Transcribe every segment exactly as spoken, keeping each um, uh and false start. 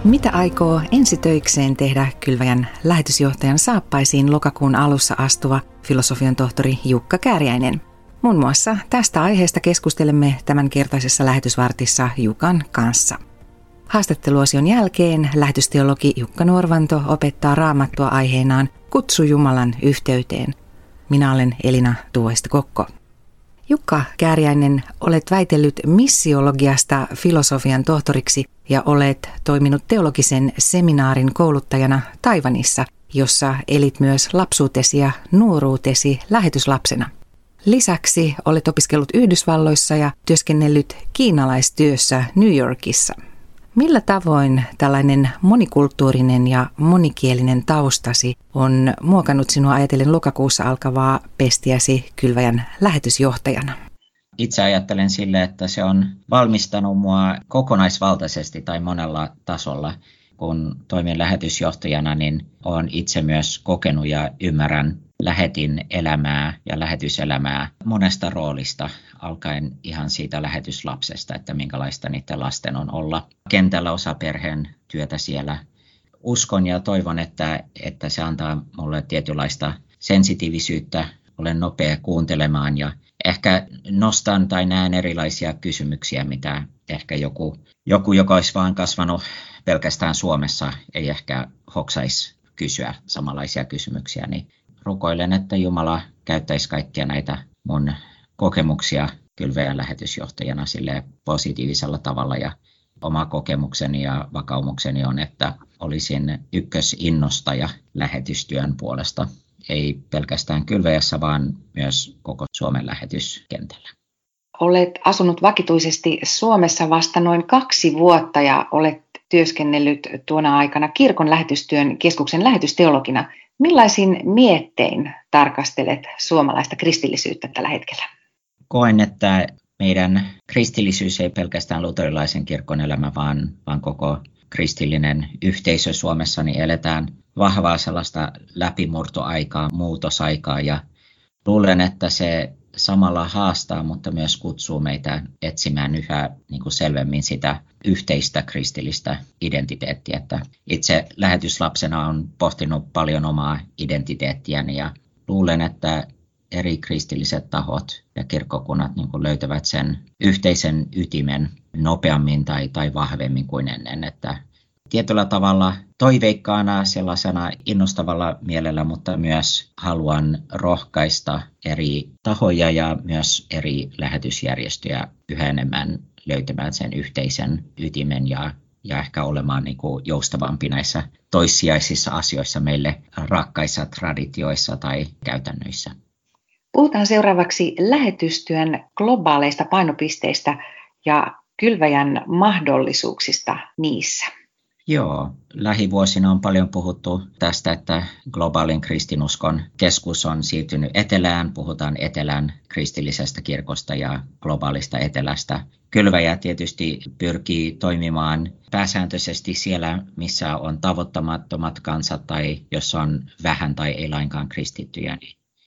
Mitä aikoo ensitöikseen tehdä Kylväjän lähetysjohtajan saappaisiin lokakuun alussa astuva filosofian tohtori Jukka Kääriäinen? Muun muassa tästä aiheesta keskustelemme tämänkertaisessa lähetysvartissa Jukan kanssa. Haastatteluosion jälkeen lähetysteologi Jukka Nuorvanto opettaa Raamattua aiheenaan Kutsu Jumalan yhteyteen. Minä olen Elina Tuoista-Kokko. Jukka Kääriäinen, olet väitellyt missiologiasta filosofian tohtoriksi ja olet toiminut teologisen seminaarin kouluttajana Taiwanissa, jossa elit myös lapsuutesi ja nuoruutesi lähetyslapsena. Lisäksi olet opiskellut Yhdysvalloissa ja työskennellyt kiinalaistyössä New Yorkissa. Millä tavoin tällainen monikulttuurinen ja monikielinen taustasi on muokannut sinua ajatellen lokakuussa alkavaa pestiäsi Kylväjän lähetysjohtajana? Itse ajattelen sille, että se on valmistanut mua kokonaisvaltaisesti tai monella tasolla. Kun toimin lähetysjohtajana, niin olen itse myös kokenut ja ymmärrän lähetin elämää ja lähetyselämää monesta roolista, alkaen ihan siitä lähetyslapsesta, että minkälaista niiden lasten on olla kentällä, osa perheen työtä siellä. Uskon ja toivon, että, että se antaa mulle tietynlaista sensitiivisyyttä, olen nopea kuuntelemaan ja ehkä nostan tai näen erilaisia kysymyksiä, mitä ehkä joku, joku joka olisi vaan kasvanut pelkästään Suomessa, ei ehkä hoksaisi kysyä samanlaisia kysymyksiä, niin rukoilen, että Jumala käyttäisi kaikkia näitä mun kokemuksia Kylväjän lähetysjohtajana sille positiivisella tavalla. Ja oma kokemukseni ja vakaumukseni on, että olisin ykkösinnostaja lähetystyön puolesta. Ei pelkästään Kylväjässä, vaan myös koko Suomen lähetyskentällä. Olet asunut vakituisesti Suomessa vasta noin kaksi vuotta ja olet työskennellyt tuona aikana kirkon lähetystyön keskuksen lähetysteologina. Millaisin miettein tarkastelet suomalaista kristillisyyttä tällä hetkellä? Koen, että meidän kristillisyys ei pelkästään luterilaisen kirkon elämä, vaan, vaan koko kristillinen yhteisö Suomessa, niin eletään vahvaa sellaista läpimurtoaikaa, muutosaikaa ja luulen, että se samalla haastaa, mutta myös kutsuu meitä etsimään yhä niin kuin selvemmin sitä yhteistä kristillistä identiteettiä. Että itse lähetyslapsena olen pohtinut paljon omaa identiteettiäni ja luulen, että eri kristilliset tahot ja kirkkokunnat niin kuin löytävät sen yhteisen ytimen nopeammin tai, tai vahvemmin kuin ennen. Että tietyllä tavalla toiveikkaana, sellaisena innostavalla mielellä, mutta myös haluan rohkaista eri tahoja ja myös eri lähetysjärjestöjä yhä enemmän löytämään sen yhteisen ytimen ja, ja ehkä olemaan niin kuin joustavampi näissä toissijaisissa asioissa meille rakkaissa traditioissa tai käytännöissä. Puhutaan seuraavaksi lähetystyön globaaleista painopisteistä ja Kylväjän mahdollisuuksista niissä. Joo, lähivuosina on paljon puhuttu tästä, että globaalin kristinuskon keskus on siirtynyt etelään. Puhutaan etelän kristillisestä kirkosta ja globaalista etelästä. Kylväjä tietysti pyrkii toimimaan pääsääntöisesti siellä, missä on tavoittamattomat kansat tai jos on vähän tai ei lainkaan kristittyjä.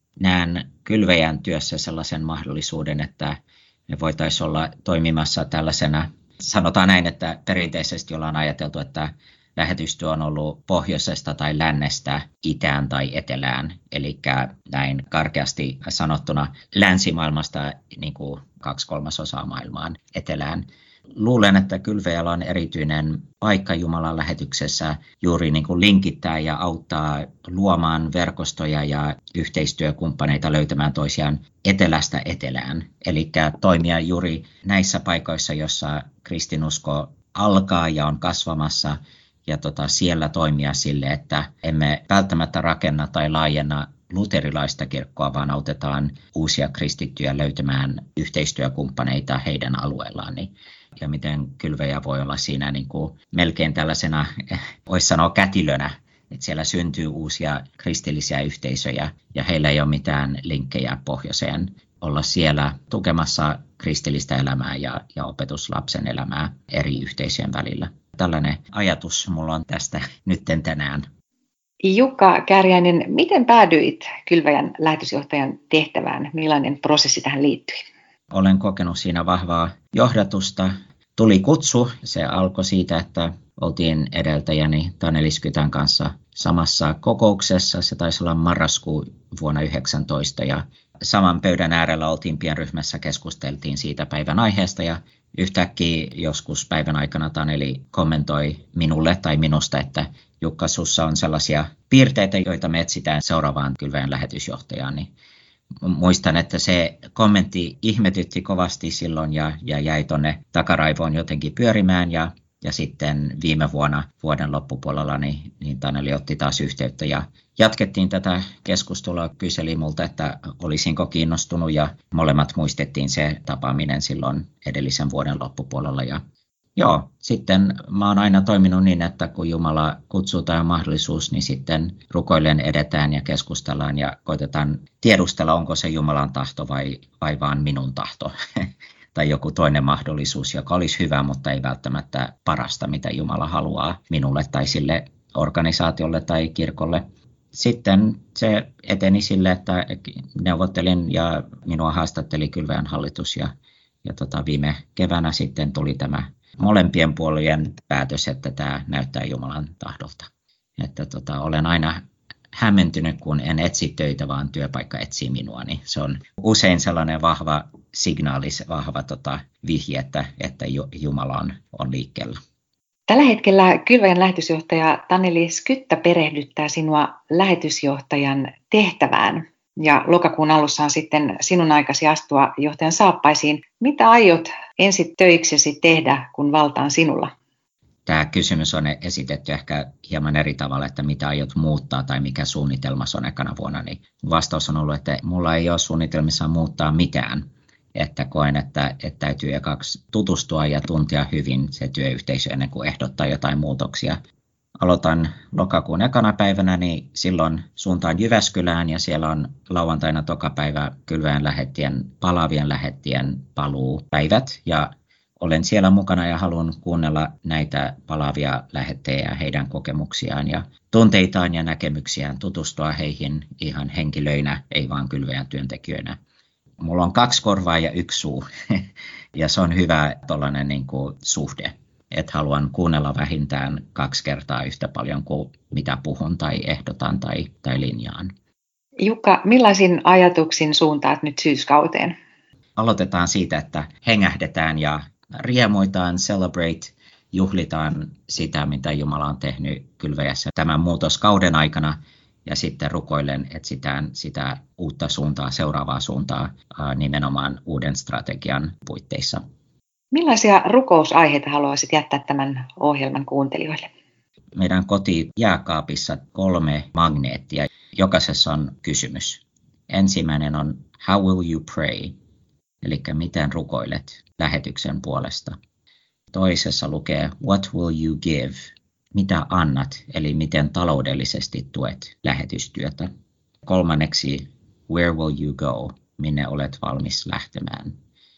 Näen Kylväjän työssä sellaisen mahdollisuuden, että me voitaisiin olla toimimassa tällaisena. Sanotaan näin, että perinteisesti ollaan ajateltu, että lähetystyö on ollut pohjoisesta tai lännestä itään tai etelään. Eli näin karkeasti sanottuna länsimaailmasta niin kuin kaksi kolmasosaa maailmaan etelään. Luulen, että Kylväjällä on erityinen paikka Jumalan lähetyksessä juuri niin kuin linkittää ja auttaa luomaan verkostoja ja yhteistyökumppaneita löytämään toisiaan etelästä etelään. Eli toimia juuri näissä paikoissa, jossa kristinusko alkaa ja on kasvamassa ja tota, siellä toimia sille, että emme välttämättä rakenna tai laajenna luterilaista kirkkoa, vaan autetaan uusia kristittyjä löytämään yhteistyökumppaneita heidän alueellaan. Ja miten Kylväjä voi olla siinä niin kuin melkein tällaisena, voisi sanoa kätilönä, että siellä syntyy uusia kristillisiä yhteisöjä ja heillä ei ole mitään linkkejä pohjoiseen olla siellä tukemassa kristillistä elämää ja, ja opetuslapsen elämää eri yhteisöjen välillä. Tällainen ajatus mulla on tästä nytten tänään. Jukka Kääriäinen, miten päädyit Kylväjän lähetysjohtajan tehtävään? Millainen prosessi tähän liittyi? Olen kokenut siinä vahvaa johdatusta tuli kutsu. Se alkoi siitä, että oltiin edeltäjäni Taneli Skytän kanssa samassa kokouksessa. Se taisi olla marraskuu vuonna yhdeksäntoista ja saman pöydän äärellä oltiin pienryhmässä, keskusteltiin siitä päivän aiheesta ja yhtäkkiä joskus päivän aikana Taneli kommentoi minulle tai minusta, että Jukka, sussa on sellaisia piirteitä, joita me etsitään seuraavaan Kylväjän lähetysjohtajaan. Niin muistan, että se kommentti ihmetytti kovasti silloin ja, ja jäi tuonne takaraivoon jotenkin pyörimään ja Ja sitten viime vuonna vuoden loppupuolella niin, niin Taneli otti taas yhteyttä ja jatkettiin tätä keskustelua. Kyseli multa, että olisinko kiinnostunut ja molemmat muistettiin se tapaaminen silloin edellisen vuoden loppupuolella. Ja joo, sitten mä oon aina toiminut niin, että kun Jumala kutsuu tai on mahdollisuus, niin sitten rukoillen edetään ja keskustellaan ja koitetaan tiedustella, onko se Jumalan tahto vai, vai vaan minun tahto. Tai joku toinen mahdollisuus, joka olisi hyvä, mutta ei välttämättä parasta, mitä Jumala haluaa minulle tai sille organisaatiolle tai kirkolle. Sitten se eteni sille, että neuvottelin ja minua haastatteli Kylväjän hallitus ja, ja tota, viime keväänä sitten tuli tämä molempien puolien päätös, että tämä näyttää Jumalan tahdolta. Että tota, olen aina hämmentynyt, kun en etsi töitä, vaan työpaikka etsii minua, niin se on usein sellainen vahva signaali, vahva tota, vihje, että, että Jumala on, on liikkeellä. Tällä hetkellä Kylväjän lähetysjohtaja Taneli Skyttä perehdyttää sinua lähetysjohtajan tehtävään. Ja lokakuun alussa on sitten sinun aikasi astua johtajan saappaisiin. Mitä aiot ensi töiksesi tehdä, kun valta on sinulla? Tämä kysymys on esitetty ehkä hieman eri tavalla, että mitä aiot muuttaa tai mikä suunnitelmassa on ekana vuonna. Niin vastaus on ollut, että mulla ei ole suunnitelmissa muuttaa mitään. Että koen, että, että täytyy ekaksi tutustua ja tuntea hyvin se työyhteisö ennen kuin ehdottaa jotain muutoksia. Aloitan lokakuun ekana päivänä, niin silloin suuntaan Jyväskylään ja siellä on lauantaina toka päivä Kylväjän lähettien, palaavien lähettien paluupäivät ja olen siellä mukana ja haluan kuunnella näitä palaavia lähettejä ja heidän kokemuksiaan ja tunteitaan ja näkemyksiään, tutustua heihin ihan henkilöinä, ei vaan Kylväjän työntekijöinä. Mulla on kaksi korvaa ja yksi suu ja se on hyvä tollainen niin kuin suhde, että haluan kuunnella vähintään kaksi kertaa yhtä paljon kuin mitä puhun tai ehdotan tai, tai linjaan. Jukka, millaisin ajatuksin suuntaat nyt syyskauteen? Aloitetaan siitä, että hengähdetään ja riemuitaan, celebrate, juhlitaan sitä, mitä Jumala on tehnyt Kylväjässä tämän muutoskauden aikana. Ja sitten rukoillen etsitään sitä uutta suuntaa, seuraavaa suuntaa nimenomaan uuden strategian puitteissa. Millaisia rukousaiheita haluaisit jättää tämän ohjelman kuuntelijoille? Meidän kotijääkaapissa kolme magneettia. Jokaisessa on kysymys. Ensimmäinen on how will you pray? Eli miten rukoilet lähetyksen puolesta. Toisessa lukee what will you give? Mitä annat, eli miten taloudellisesti tuet lähetystyötä. Kolmanneksi, where will you go? Minne olet valmis lähtemään?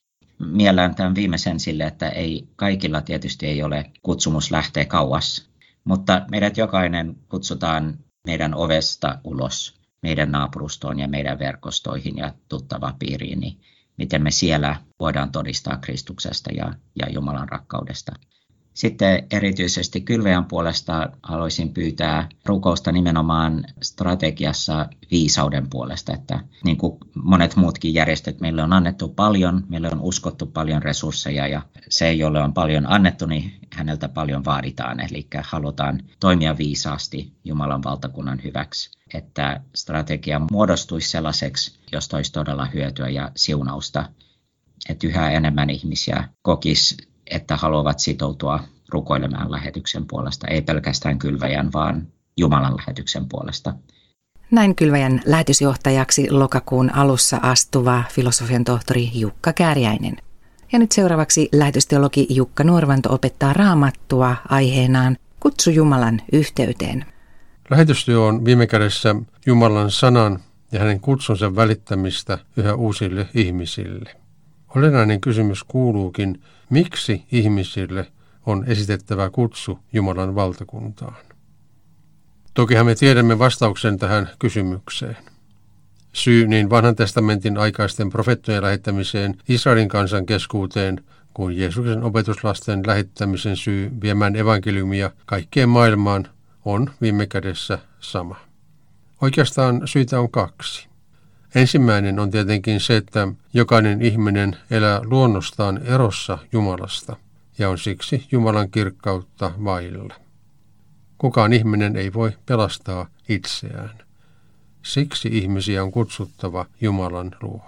Miellän tämän viimeisen sille, että ei, kaikilla tietysti ei ole kutsumus lähteä kauas, mutta meidät jokainen kutsutaan meidän ovesta ulos, meidän naapurustoon ja meidän verkostoihin ja tuttavapiiriin, niin miten me siellä voidaan todistaa Kristuksesta ja, ja Jumalan rakkaudesta. Sitten erityisesti Kylväjän puolesta haluaisin pyytää rukousta nimenomaan strategiassa viisauden puolesta, että niin kuin monet muutkin järjestöt, meille on annettu paljon, meille on uskottu paljon resursseja ja se, jolle on paljon annettu, niin häneltä paljon vaaditaan. Eli halutaan toimia viisaasti Jumalan valtakunnan hyväksi, että strategia muodostuisi sellaiseksi, josta olisi todella hyötyä ja siunausta, että yhä enemmän ihmisiä kokisi, että haluavat sitoutua rukoilemaan lähetyksen puolesta, ei pelkästään Kylväjän, vaan Jumalan lähetyksen puolesta. Näin Kylväjän lähetysjohtajaksi lokakuun alussa astuva filosofian tohtori Jukka Kääriäinen. Ja nyt seuraavaksi lähetysteologi Jukka Nuorvanto opettaa Raamattua aiheenaan Kutsu Jumalan yhteyteen. Lähetystyö on viime kädessä Jumalan sanan ja hänen kutsunsa välittämistä yhä uusille ihmisille. Olennainen kysymys kuuluukin, miksi ihmisille on esitettävä kutsu Jumalan valtakuntaan? Tokihan me tiedämme vastauksen tähän kysymykseen. Syy niin vanhan testamentin aikaisten profeettojen lähettämiseen Israelin kansan keskuuteen kun Jeesuksen opetuslasten lähettämisen syy viemään evankeliumia kaikkeen maailmaan on viime kädessä sama. Oikeastaan syitä on kaksi. Ensimmäinen on tietenkin se, että jokainen ihminen elää luonnostaan erossa Jumalasta ja on siksi Jumalan kirkkautta vailla. Kukaan ihminen ei voi pelastaa itseään. Siksi ihmisiä on kutsuttava Jumalan luo.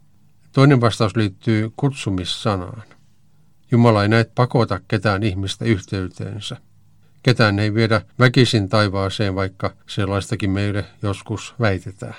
Toinen vastaus liittyy kutsumissanaan. Jumala ei näet pakota ketään ihmistä yhteyteensä. Ketään ei viedä väkisin taivaaseen, vaikka sellaistakin meille joskus väitetään.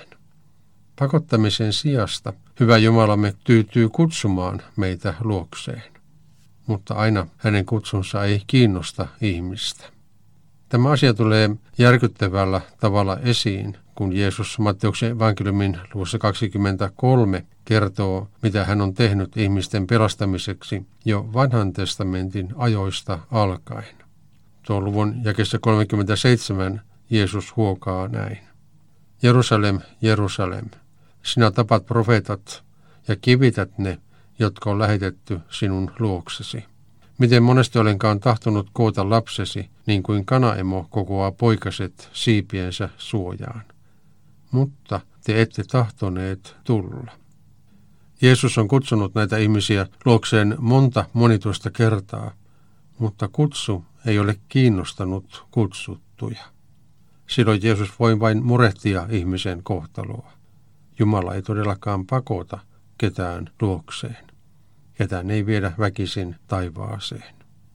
Pakottamisen sijasta hyvä Jumalamme tyytyy kutsumaan meitä luokseen, mutta aina hänen kutsunsa ei kiinnosta ihmistä. Tämä asia tulee järkyttävällä tavalla esiin, kun Jeesus Matteuksen evankeliumin luvussa kaksikymmentäkolme kertoo, mitä hän on tehnyt ihmisten pelastamiseksi jo vanhan testamentin ajoista alkaen. Tuon luvun jakeessa kolmekymmentäseitsemän Jeesus huokaa näin. Jerusalem, Jerusalem, sinä tapat profeetat ja kivität ne, jotka on lähetetty sinun luoksesi. Miten monesti olenkaan tahtonut koota lapsesi, niin kuin kanaemo kokoaa poikaset siipiensä suojaan. Mutta te ette tahtoneet tulla. Jeesus on kutsunut näitä ihmisiä luokseen monta monituista kertaa, mutta kutsu ei ole kiinnostanut kutsuttuja. Silloin Jeesus voi vain murehtia ihmisen kohtaloa. Jumala ei todellakaan pakota ketään luokseen. Ketään ei viedä väkisin taivaaseen.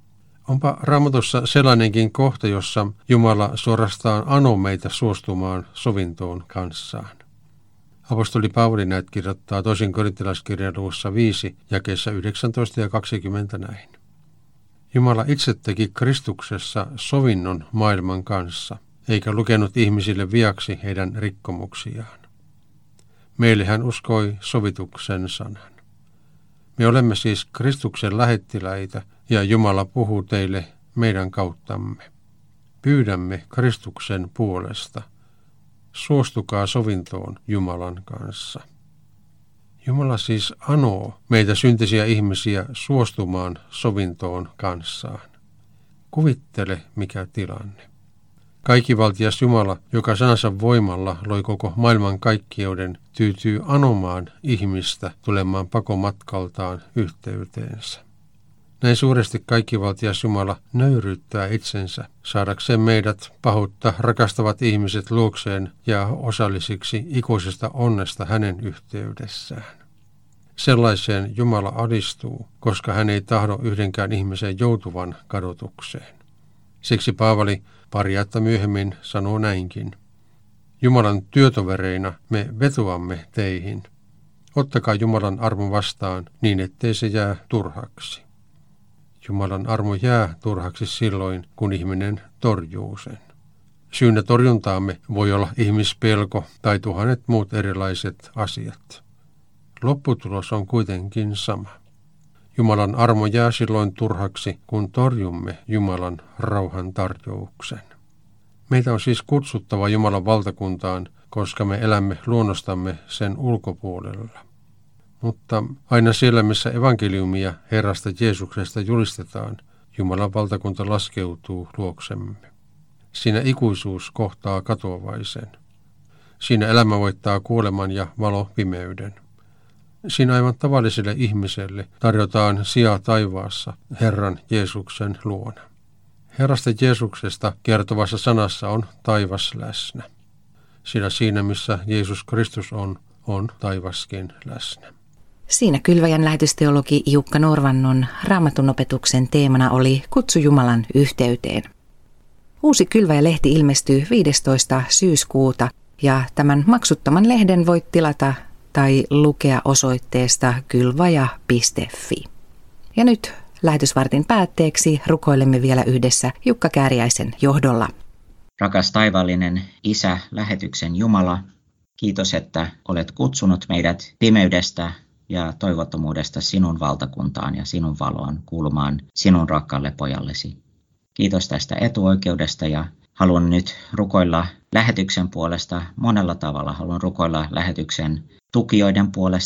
Onpa Raamatussa sellainenkin kohta, jossa Jumala suorastaan anoo meitä suostumaan sovintoon kanssaan. Apostoli Paavali näet kirjoittaa toisen korinttilaiskirjan luvussa viisi, jakeessa yhdeksäntoista ja kaksikymmentä näin. Jumala itse teki Kristuksessa sovinnon maailman kanssa, eikä lukenut ihmisille viaksi heidän rikkomuksiaan. Meille hän uskoi sovituksen sanan. Me olemme siis Kristuksen lähettiläitä ja Jumala puhuu teille meidän kauttamme. Pyydämme Kristuksen puolesta. Suostukaa sovintoon Jumalan kanssa. Jumala siis anoo meitä syntisiä ihmisiä suostumaan sovintoon kanssaan. Kuvittele mikä tilanne. Kaikkivaltias Jumala, joka sanansa voimalla loi koko maailman kaikkieuden, tyytyy anomaan ihmistä tulemaan pakomatkaltaan yhteyteensä. Näin suuresti kaikkivaltias Jumala nöyryyttää itsensä saadakseen meidät pahuutta rakastavat ihmiset luokseen ja osallisiksi ikuisesta onnesta hänen yhteydessään. Sellaiseen Jumala alistuu, koska hän ei tahdo yhdenkään ihmisen joutuvan kadotukseen. Siksi Paavali pariatta myöhemmin sanoo näinkin. Jumalan työtovereina me vetoamme teihin. Ottakaa Jumalan armo vastaan niin, ettei se jää turhaksi. Jumalan armo jää turhaksi silloin, kun ihminen torjuu sen. Syynä torjuntaamme voi olla ihmispelko tai tuhannet muut erilaiset asiat. Lopputulos on kuitenkin sama. Jumalan armo jää silloin turhaksi, kun torjumme Jumalan rauhan tarjouksen. Meitä on siis kutsuttava Jumalan valtakuntaan, koska me elämme luonnostamme sen ulkopuolella. Mutta aina siellä, missä evankeliumia Herrasta Jeesuksesta julistetaan, Jumalan valtakunta laskeutuu luoksemme. Siinä ikuisuus kohtaa katoavaisen. Siinä elämä voittaa kuoleman ja valo pimeyden. Siinä aivan tavalliselle ihmiselle tarjotaan sijaa taivaassa Herran Jeesuksen luona. Herrasta Jeesuksesta kertovassa sanassa on taivas läsnä. Sillä siinä, missä Jeesus Kristus on, on taivaskin läsnä. Siinä Kylväjän lähetysteologi Jukka Norvannon Raamatun opetuksen teemana oli Kutsu Jumalan yhteyteen. Uusi Kylväjä-lehti ilmestyy viidestoista syyskuuta ja tämän maksuttoman lehden voit tilata tai lukea osoitteesta kylvaja piste fi. Ja nyt lähetysvartin päätteeksi rukoilemme vielä yhdessä Jukka Kääriäisen johdolla. Rakas taivaallinen Isä, lähetyksen Jumala, kiitos, että olet kutsunut meidät pimeydestä ja toivottomuudesta sinun valtakuntaan ja sinun valoon kuulumaan sinun rakkaalle pojallesi. Kiitos tästä etuoikeudesta ja haluan nyt rukoilla lähetyksen puolesta monella tavalla. Haluan rukoilla lähetyksen tukijoiden puolesta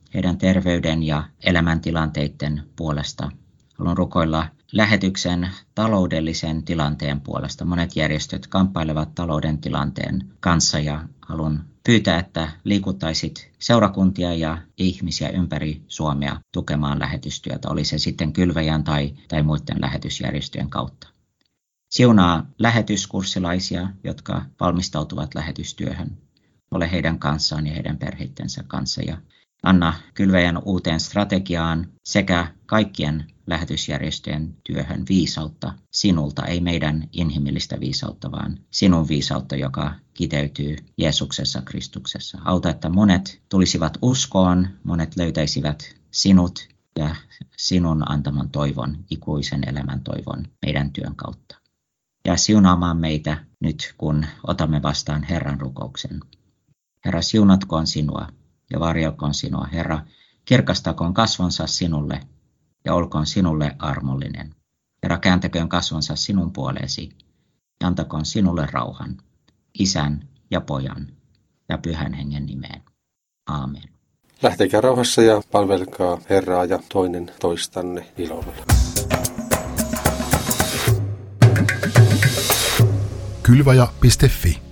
heidän terveyden ja elämäntilanteiden puolesta. Haluan rukoilla lähetyksen taloudellisen tilanteen puolesta. Monet järjestöt kamppailevat talouden tilanteen kanssa ja haluan pyytää, että liikuttaisit seurakuntia ja ihmisiä ympäri Suomea tukemaan lähetystyötä, oli se sitten Kylväjän tai, tai muiden lähetysjärjestöjen kautta. Siunaa lähetyskurssilaisia, jotka valmistautuvat lähetystyöhön. Ole heidän kanssaan ja heidän perheittensä kanssa ja anna Kylväjän uuteen strategiaan sekä kaikkien lähetysjärjestöjen työhön viisautta sinulta, ei meidän inhimillistä viisautta, vaan sinun viisautta, joka kiteytyy Jeesuksessa Kristuksessa. Auta, että monet tulisivat uskoon, monet löytäisivät sinut ja sinun antaman toivon, ikuisen elämän toivon meidän työn kautta. Ja siunaamaan meitä nyt, kun otamme vastaan Herran rukouksen. Herra, siunatkoon sinua ja varjelkoon sinua, Herra, kirkastakoon kasvonsa sinulle ja olkoon sinulle armollinen. Herra, kääntäköön kasvonsa sinun puoleesi ja antakoon sinulle rauhan, Isän ja Pojan ja Pyhän Hengen nimeen. Aamen. Lähtekää rauhassa ja palvelkaa Herraa ja toinen toistanne ilolla. Kylvaja piste fi